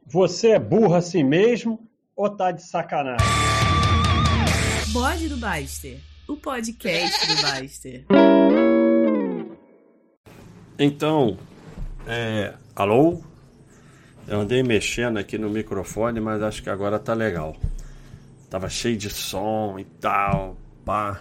Você é burro assim mesmo ou tá de sacanagem? Bode do Baster, o podcast do Baster. Então, alô? Eu andei mexendo aqui no microfone, mas acho que agora tá legal. Tava cheio de som e tal, pá.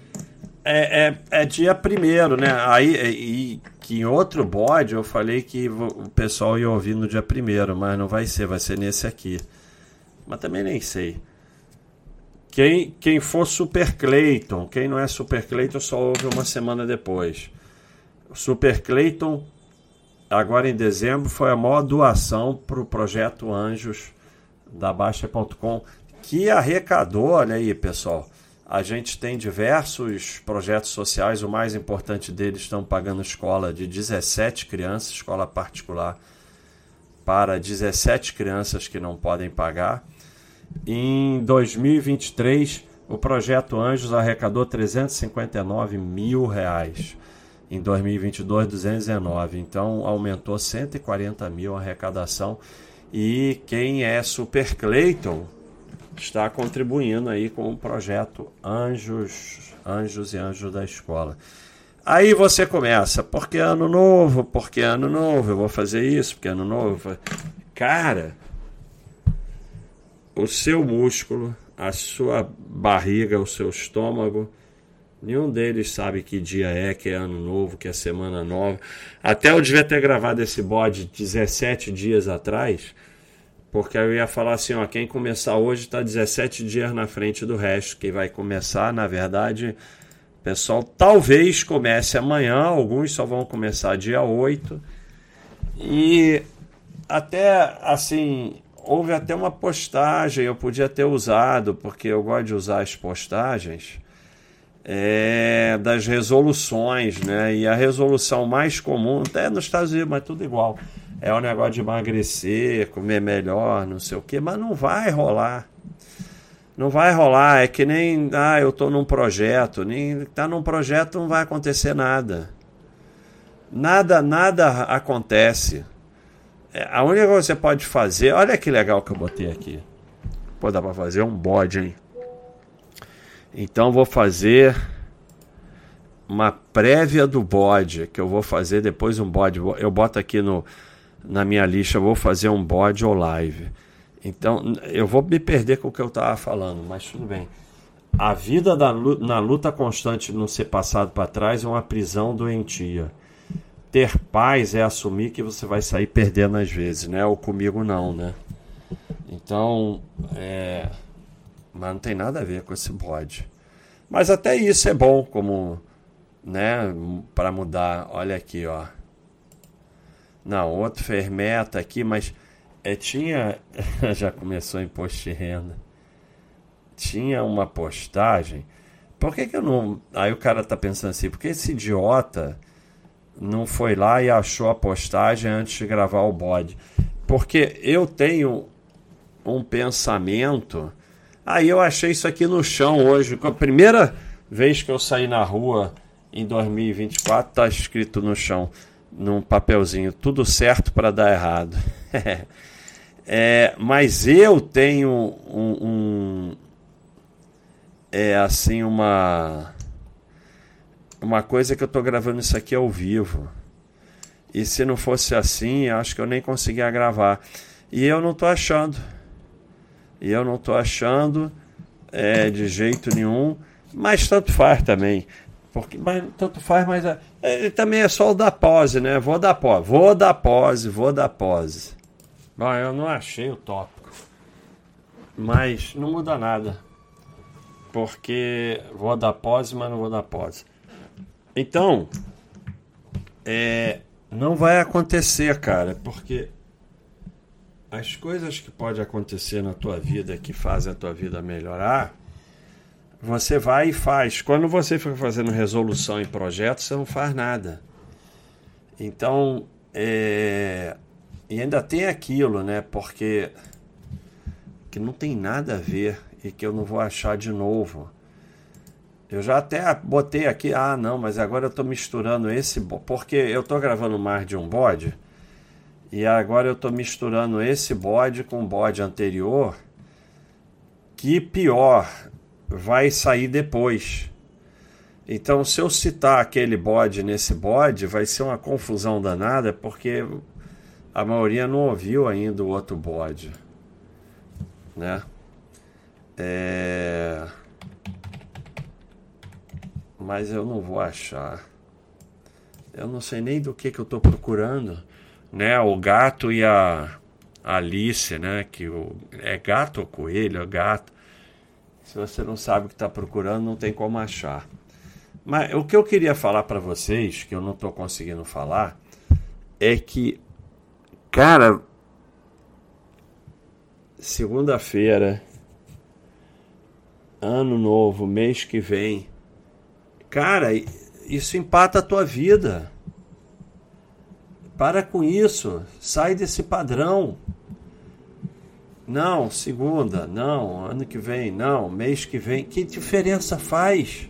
É dia 1º, né? Aí, que em outro bode eu falei que o pessoal ia ouvir no dia 1º, mas não vai ser nesse aqui. Mas também nem sei. Quem for Super Clayton, quem não é Super Clayton só ouve uma semana depois. O Super Clayton, agora em dezembro, foi a maior doação para o projeto Anjos da Baixa.com, que arrecadou, olha aí, pessoal. A gente tem diversos projetos sociais, o mais importante deles estão pagando escola de 17 crianças, escola particular para 17 crianças que não podem pagar. Em 2023, o projeto Anjos arrecadou R$359 mil. Em 2022, 219. Então, aumentou 140 mil a arrecadação. E quem é Super Clayton está contribuindo aí com o projeto Anjos e Anjos da Escola. Aí você começa, porque ano novo, eu vou fazer isso, porque ano novo. Cara, o seu músculo, a sua barriga, o seu estômago, nenhum deles sabe que dia que é ano novo, que é semana nova. Até eu devia ter gravado esse bode 17 dias atrás, porque eu ia falar assim, ó, quem começar hoje está 17 dias na frente do resto. Quem vai começar, na verdade, o pessoal talvez comece amanhã, alguns só vão começar dia 8. E até, assim, houve até uma postagem, eu podia ter usado, porque eu gosto de usar as postagens, das resoluções, né? E a resolução mais comum, até nos Estados Unidos, mas tudo igual, é o negócio de emagrecer, comer melhor, não sei o quê, mas não vai rolar. Não vai rolar, é que nem, eu tô num projeto, nem tá num projeto não vai acontecer nada. Nada acontece. A única coisa que você pode fazer, olha que legal que eu botei aqui. Pô, dá pra fazer um bode, hein? Então vou fazer uma prévia do bode, que eu vou fazer depois um bode. Eu boto aqui na minha lista, eu vou fazer um bode ou live. Então eu vou me perder com o que eu estava falando, mas tudo bem. A vida na luta constante de não ser passado para trás é uma prisão doentia. Ter paz é assumir que você vai sair perdendo às vezes, né? Ou comigo não, né? Então, mas não tem nada a ver com esse bode. Mas até isso é bom, como, né? Para mudar. Olha aqui, ó. Não, outro fez meta aqui, mas tinha. Já começou imposto de renda. Tinha uma postagem. Por que eu não. Aí o cara tá pensando assim, por que esse idiota não foi lá e achou a postagem antes de gravar o bode? Porque eu tenho um pensamento. Aí eu achei isso aqui no chão hoje. A primeira vez que eu saí na rua em 2024, tá escrito no chão, num papelzinho, tudo certo para dar errado. Mas eu tenho assim uma coisa que eu tô gravando isso aqui ao vivo. E se não fosse assim, acho que eu nem conseguia gravar. E eu não tô achando. De jeito nenhum. Mas tanto faz também. Mas também é só o da pose, né? Vou dar pose. Bom, eu não achei o tópico. Mas não muda nada. Porque vou dar pose, mas não vou dar pose. Então, não vai acontecer, cara, porque as coisas que podem acontecer na tua vida, que fazem a tua vida melhorar, você vai e faz. Quando você fica fazendo resolução em projetos, você não faz nada. Então, e ainda tem aquilo, né, porque que não tem nada a ver e que eu não vou achar de novo. Eu já até botei aqui, não, mas agora eu estou misturando esse, porque eu estou gravando mais de um bode, E agora eu estou misturando esse bode com o bode anterior, que pior, vai sair depois. Então, se eu citar aquele bode nesse bode, vai ser uma confusão danada, porque a maioria não ouviu ainda o outro bode, né? Mas eu não vou achar. Eu não sei nem do que eu estou procurando, né? O gato e a Alice, né? É gato ou coelho? É gato. Se você não sabe o que está procurando, não tem como achar. Mas o que eu queria falar para vocês, que eu não estou conseguindo falar, é que, cara, segunda-feira, ano novo, mês que vem, cara, isso empata a tua vida. Para com isso, sai desse padrão. Não, segunda, não, ano que vem, não, mês que vem. Que diferença faz?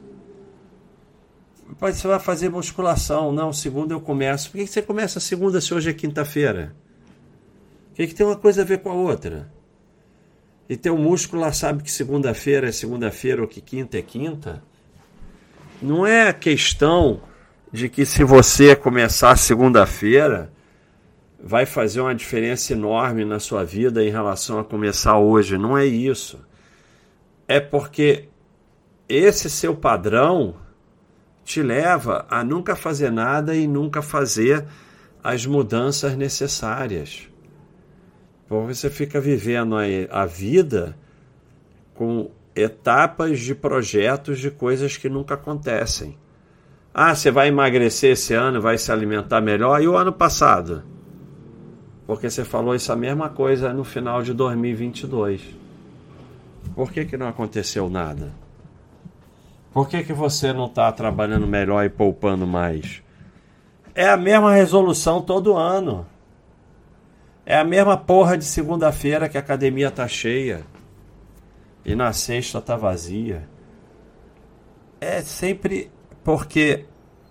Você vai fazer musculação. Não, segunda eu começo. Por que você começa segunda se hoje é quinta-feira? O que tem uma coisa a ver com a outra? E teu músculo lá sabe que segunda-feira é segunda-feira ou que quinta é quinta? Não é a questão de que se você começar segunda-feira vai fazer uma diferença enorme na sua vida em relação a começar hoje. Não é isso. É porque esse seu padrão te leva a nunca fazer nada e nunca fazer as mudanças necessárias. Porque você fica vivendo a vida com etapas de projetos de coisas que nunca acontecem. Ah, você vai emagrecer esse ano, vai se alimentar melhor. E o ano passado? Porque você falou essa mesma coisa no final de 2022. Por que não aconteceu nada? Por que você não está trabalhando melhor e poupando mais? É a mesma resolução todo ano. É a mesma porra de segunda-feira que a academia tá cheia e na sexta tá vazia. É sempre porque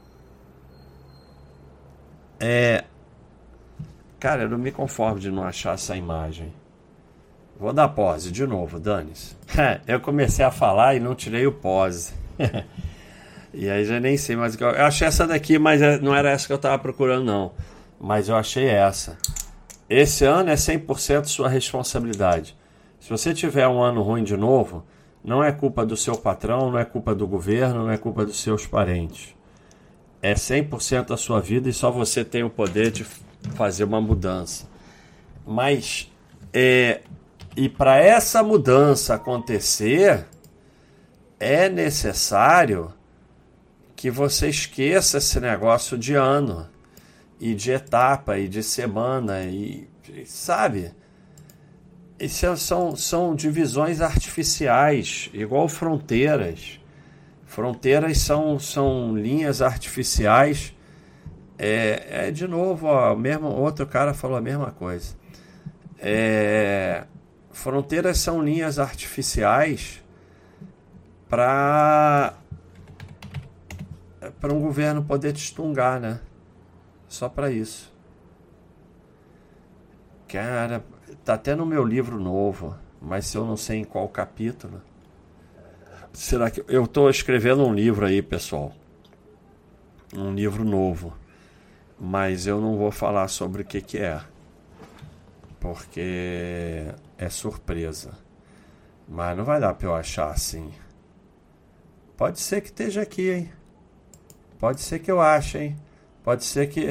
cara, eu não me conformo de não achar essa imagem. Vou dar pause de novo, dane-se. Eu comecei a falar e não tirei o pause. E aí já nem sei mais o que eu achei essa daqui, mas não era essa que eu estava procurando não. Mas eu achei essa. Esse ano é 100% sua responsabilidade. Se você tiver um ano ruim de novo, não é culpa do seu patrão, não é culpa do governo, não é culpa dos seus parentes. É 100% a sua vida e só você tem o poder de fazer uma mudança. Mas, e para essa mudança acontecer, é necessário que você esqueça esse negócio de ano, e de etapa, e de semana, e sabe? Isso são divisões artificiais, igual fronteiras. Fronteiras são linhas artificiais. De novo, ó, outro cara falou a mesma coisa. Fronteiras são linhas artificiais para um governo poder te extungar, né? Só para isso. Cara, tá até no meu livro novo, mas eu não sei em qual capítulo. Será que eu tô escrevendo um livro aí, pessoal? Um livro novo. Mas eu não vou falar sobre o que é. Porque é surpresa. Mas não vai dar para eu achar assim. Pode ser que esteja aqui, hein? Pode ser que eu ache, hein? Pode ser que...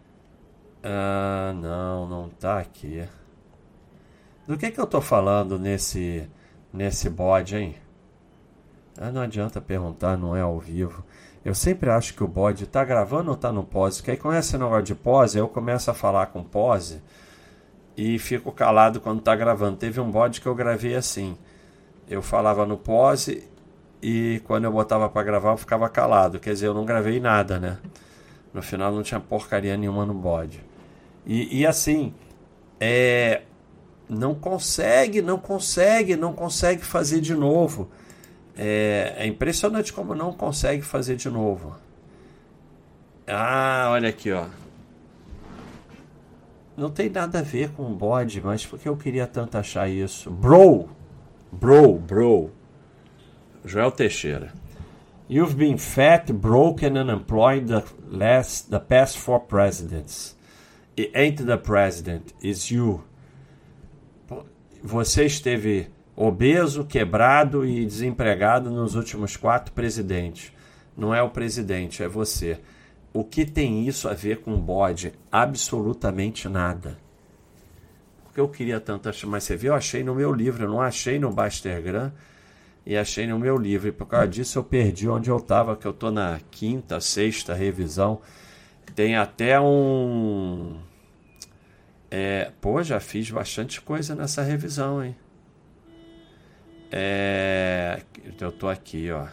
não tá aqui. Do que eu tô falando nesse bode, hein? Não adianta perguntar, não é ao vivo. Eu sempre acho que o bode tá gravando ou tá no pause. Porque aí com esse negócio de pause, eu começo a falar com pause e fico calado quando tá gravando. Teve um bode que eu gravei assim. Eu falava no pause e quando eu botava para gravar eu ficava calado. Quer dizer, eu não gravei nada, né? No final não tinha porcaria nenhuma no bode. E assim, não consegue fazer de novo. É impressionante como não consegue fazer de novo. Olha aqui, ó. Não tem nada a ver com bode, mas por que eu queria tanto achar isso? Bro. Joel Teixeira. You've been fat, broke and unemployed the past 4 presidents. It ain't the president, it's you. Você esteve obeso, quebrado e desempregado nos últimos 4 presidentes. Não é o presidente, é você. O que tem isso a ver com bode? Absolutamente nada. Porque eu queria tanto achar, mas você viu, eu achei no meu livro, eu não achei no Bastergram e achei no meu livro. E por causa disso eu perdi onde eu estava, que eu estou na 5ª, 6ª revisão. Tem até um... já fiz bastante coisa nessa revisão, hein? Eu tô aqui, ó.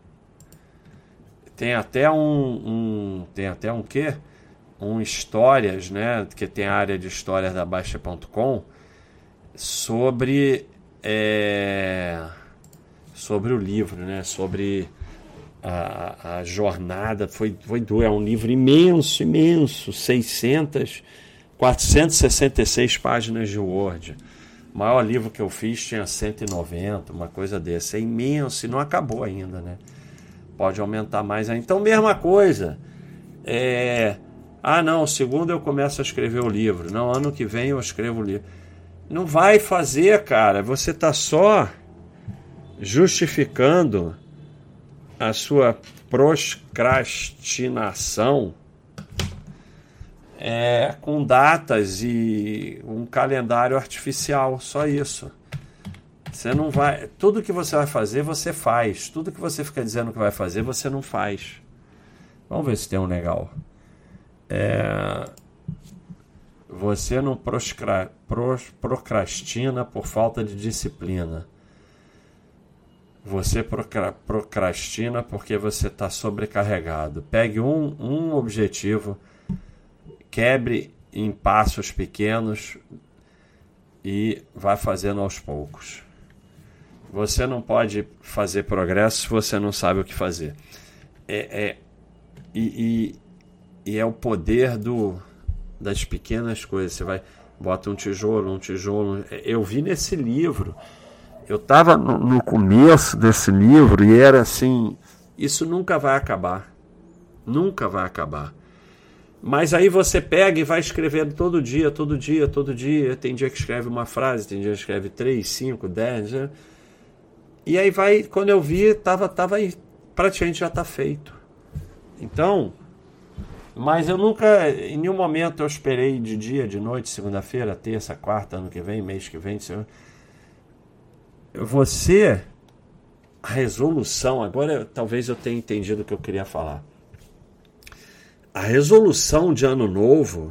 Tem até um quê? Histórias, né? Que tem a área de histórias da Baixa.com sobre o livro, né? Sobre a jornada. Foi duro, é um livro imenso, 466 páginas de Word. O maior livro que eu fiz tinha 190, uma coisa dessa. É imenso e não acabou ainda, né? Pode aumentar mais. Então, mesma coisa. Não, segundo eu começo a escrever o livro. Não, ano que vem eu escrevo o livro. Não vai fazer, cara. Você está só justificando a sua procrastinação com datas e um calendário artificial, só isso. Você não vai... Tudo que você vai fazer, você faz. Tudo que você fica dizendo que vai fazer, você não faz. Vamos ver se tem um legal. Você não procrastina por falta de disciplina. Você procrastina porque você está sobrecarregado. Pegue um objetivo, quebre em passos pequenos e vai fazendo aos poucos. Você não pode fazer progresso se você não sabe o que fazer. E é o poder das pequenas coisas. Você bota um tijolo. Eu vi nesse livro. Eu estava no começo desse livro e era assim, isso nunca vai acabar. Nunca vai acabar. Mas aí você pega e vai escrevendo todo dia. Tem dia que escreve uma frase, tem dia que escreve 3, 5, 10. Né? E aí vai, quando eu vi, tava aí, praticamente já está feito. Então, mas eu nunca, em nenhum momento eu esperei de dia, de noite, segunda-feira, terça, quarta, ano que vem, mês que vem. A resolução, agora talvez eu tenha entendido o que eu queria falar. A resolução de ano novo,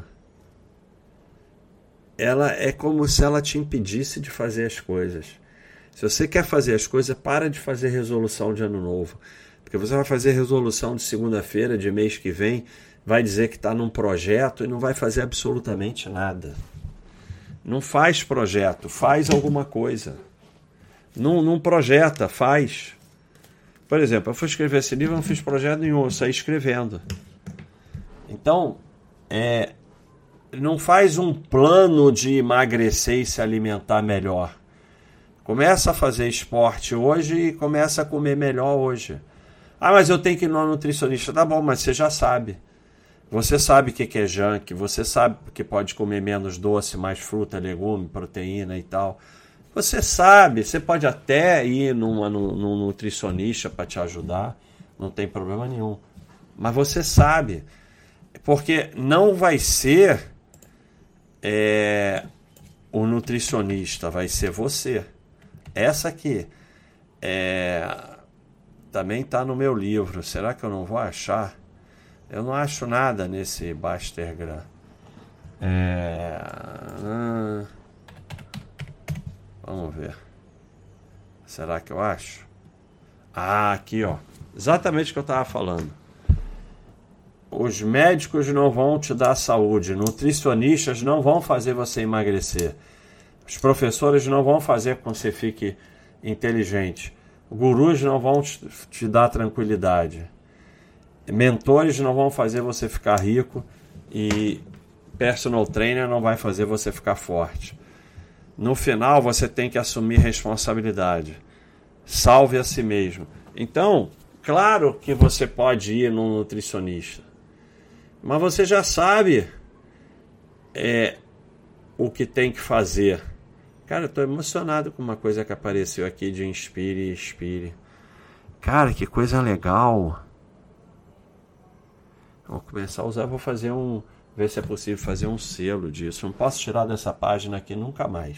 ela é como se ela te impedisse de fazer as coisas. Se você quer fazer as coisas, para de fazer resolução de ano novo. Porque você vai fazer resolução de segunda-feira, de mês que vem, vai dizer que está num projeto e não vai fazer absolutamente nada. Não faz projeto, faz alguma coisa. Não projeta, faz. Por exemplo, eu fui escrever esse livro, eu não fiz projeto nenhum, eu saí escrevendo. Então, não faz um plano de emagrecer e se alimentar melhor. Começa a fazer esporte hoje e começa a comer melhor hoje. Mas eu tenho que ir no nutricionista. Tá bom, mas você já sabe. Você sabe o que é junk, você sabe que pode comer menos doce, mais fruta, legume, proteína e tal. Você sabe, você pode até ir num nutricionista para te ajudar, não tem problema nenhum. Mas você sabe, porque não vai ser o nutricionista, vai ser você. Essa aqui também está no meu livro. Será que eu não vou achar? Eu não acho nada nesse Bastergram. Vamos ver. Será que eu acho? Aqui, ó. Exatamente o que eu estava falando. Os médicos não vão te dar saúde. Nutricionistas não vão fazer você emagrecer. Os professores não vão fazer com que você fique inteligente. Gurus não vão te dar tranquilidade. Mentores não vão fazer você ficar rico e personal trainer não vai fazer você ficar forte. No final, você tem que assumir responsabilidade. Salve a si mesmo. Então, claro que você pode ir num nutricionista, mas você já sabe o que tem que fazer. Cara, eu tô emocionado com uma coisa que apareceu aqui de Inspire e Expire. Cara, que coisa legal. Vou começar a usar, vou fazer ver se é possível fazer um selo disso. Não posso tirar dessa página aqui nunca mais.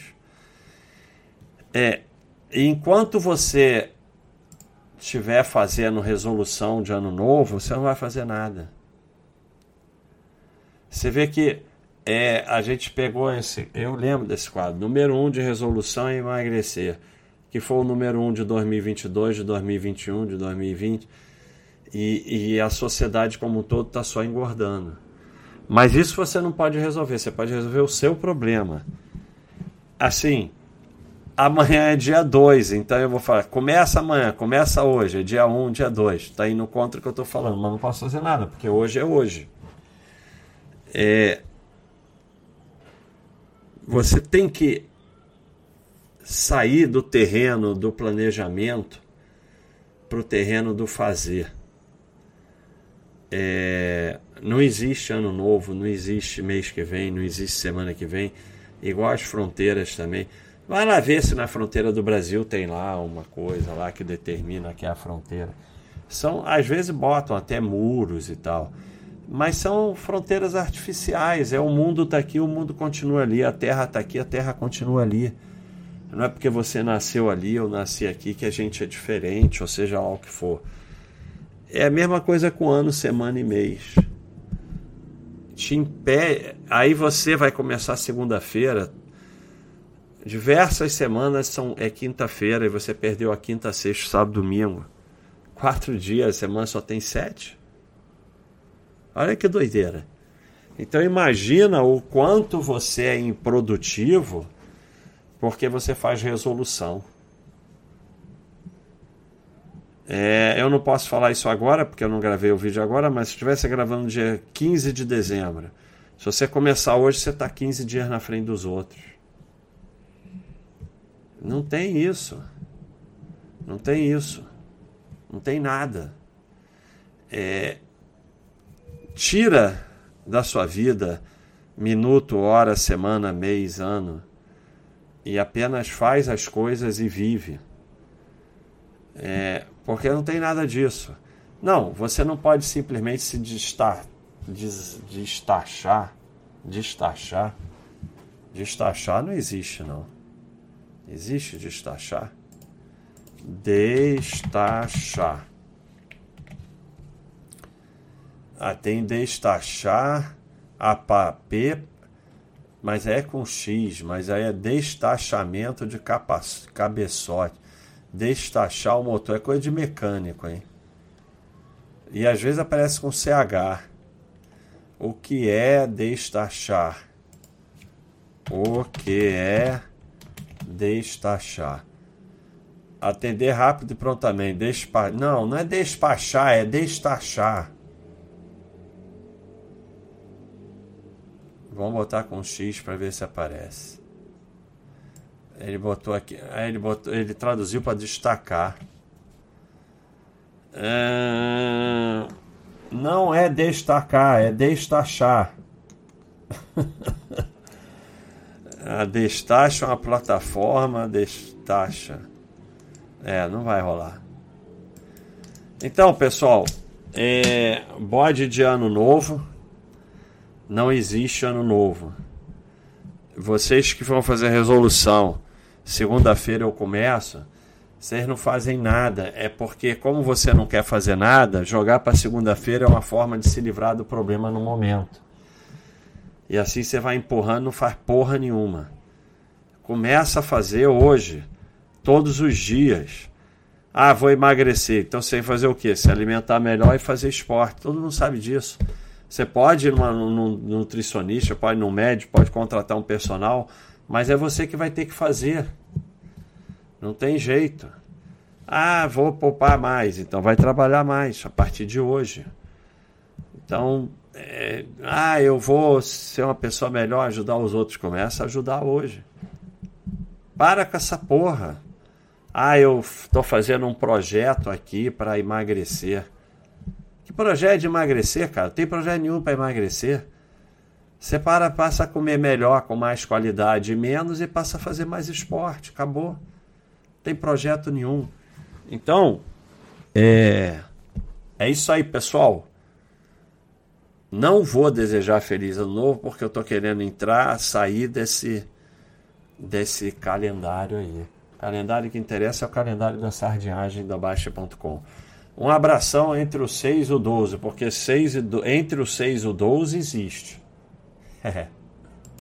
Enquanto você estiver fazendo resolução de ano novo, você não vai fazer nada. Você vê que a gente pegou eu lembro desse quadro, número 1 de resolução é emagrecer, que foi o número 1 de 2022, de 2021, de 2020, e a sociedade como um todo está só engordando. Mas isso você não pode resolver, você pode resolver o seu problema. Assim, amanhã é dia 2, então eu vou falar, começa amanhã, começa hoje, é dia 1, dia 2, está indo contra o que eu estou falando, mas não posso fazer nada, porque hoje é hoje. Você tem que sair do terreno do planejamento para o terreno do fazer. Não existe ano novo, não existe mês que vem, não existe semana que vem, igual as fronteiras também. Vai lá ver se na fronteira do Brasil tem lá uma coisa lá que determina que é a fronteira. Às vezes botam até muros e tal, mas são fronteiras artificiais. O mundo está aqui, o mundo continua ali, a terra está aqui, a terra continua ali. Não é porque você nasceu ali ou nasci aqui que a gente é diferente, ou seja lá o que for. É a mesma coisa com ano, semana e mês. Aí você vai começar segunda-feira, diversas semanas é quinta-feira e você perdeu a quinta, sexta, sábado, domingo. 4 dias, a semana só tem 7. Olha que doideira. Então imagina o quanto você é improdutivo porque você faz resolução. Eu não posso falar isso agora porque eu não gravei o vídeo agora, mas se estivesse gravando dia 15 de dezembro, se você começar hoje, você está 15 dias na frente dos outros. Não tem isso. Não tem isso. Não tem nada. Tira da sua vida minuto, hora, semana, mês, ano e apenas faz as coisas e vive. Porque não tem nada disso. Não, você não pode simplesmente se destachar. Destachar não existe, não. Existe destachar? Destachar. Tem destachar, APP, mas é com X, mas aí é destachamento de cabeçote. Destachar o motor é coisa de mecânico, hein? E às vezes aparece com CH. O que é destachar? O que é destachar? Atender rápido e prontamente. Não é despachar, é destachar. Vamos botar com X para ver se aparece. Ele botou aqui, ele traduziu para destacar. Não é destacar, é destachar. A destacha é uma plataforma, destacha. Não vai rolar. Então, pessoal, bode de ano novo. Não existe ano novo. Vocês que vão fazer resolução, segunda-feira eu começo, vocês não fazem nada. É porque, como você não quer fazer nada, jogar para segunda-feira é uma forma de se livrar do problema no momento. E assim você vai empurrando, não faz porra nenhuma. Começa a fazer hoje, todos os dias. Vou emagrecer. Então você vai fazer o quê? Se alimentar melhor e fazer esporte. Todo mundo sabe disso. Você pode ir num nutricionista, pode ir num médico, pode contratar um personal, mas é você que vai ter que fazer. Não tem jeito. Vou poupar mais, então vai trabalhar mais a partir de hoje. Então, eu vou ser uma pessoa melhor, ajudar os outros. Começa a ajudar hoje. Para com essa porra. Eu estou fazendo um projeto aqui para emagrecer. Que projeto é de emagrecer, cara? Não tem projeto nenhum para emagrecer. Você passa a comer melhor, com mais qualidade e menos, e passa a fazer mais esporte. Acabou. Não tem projeto nenhum. Então, é isso aí, pessoal. Não vou desejar feliz ano novo, porque eu estou querendo sair desse calendário aí. O calendário que interessa é o calendário da sardinhagem da Baixa.com. Um abração entre o 6 e o 12, porque entre o 6 e o 12 existe.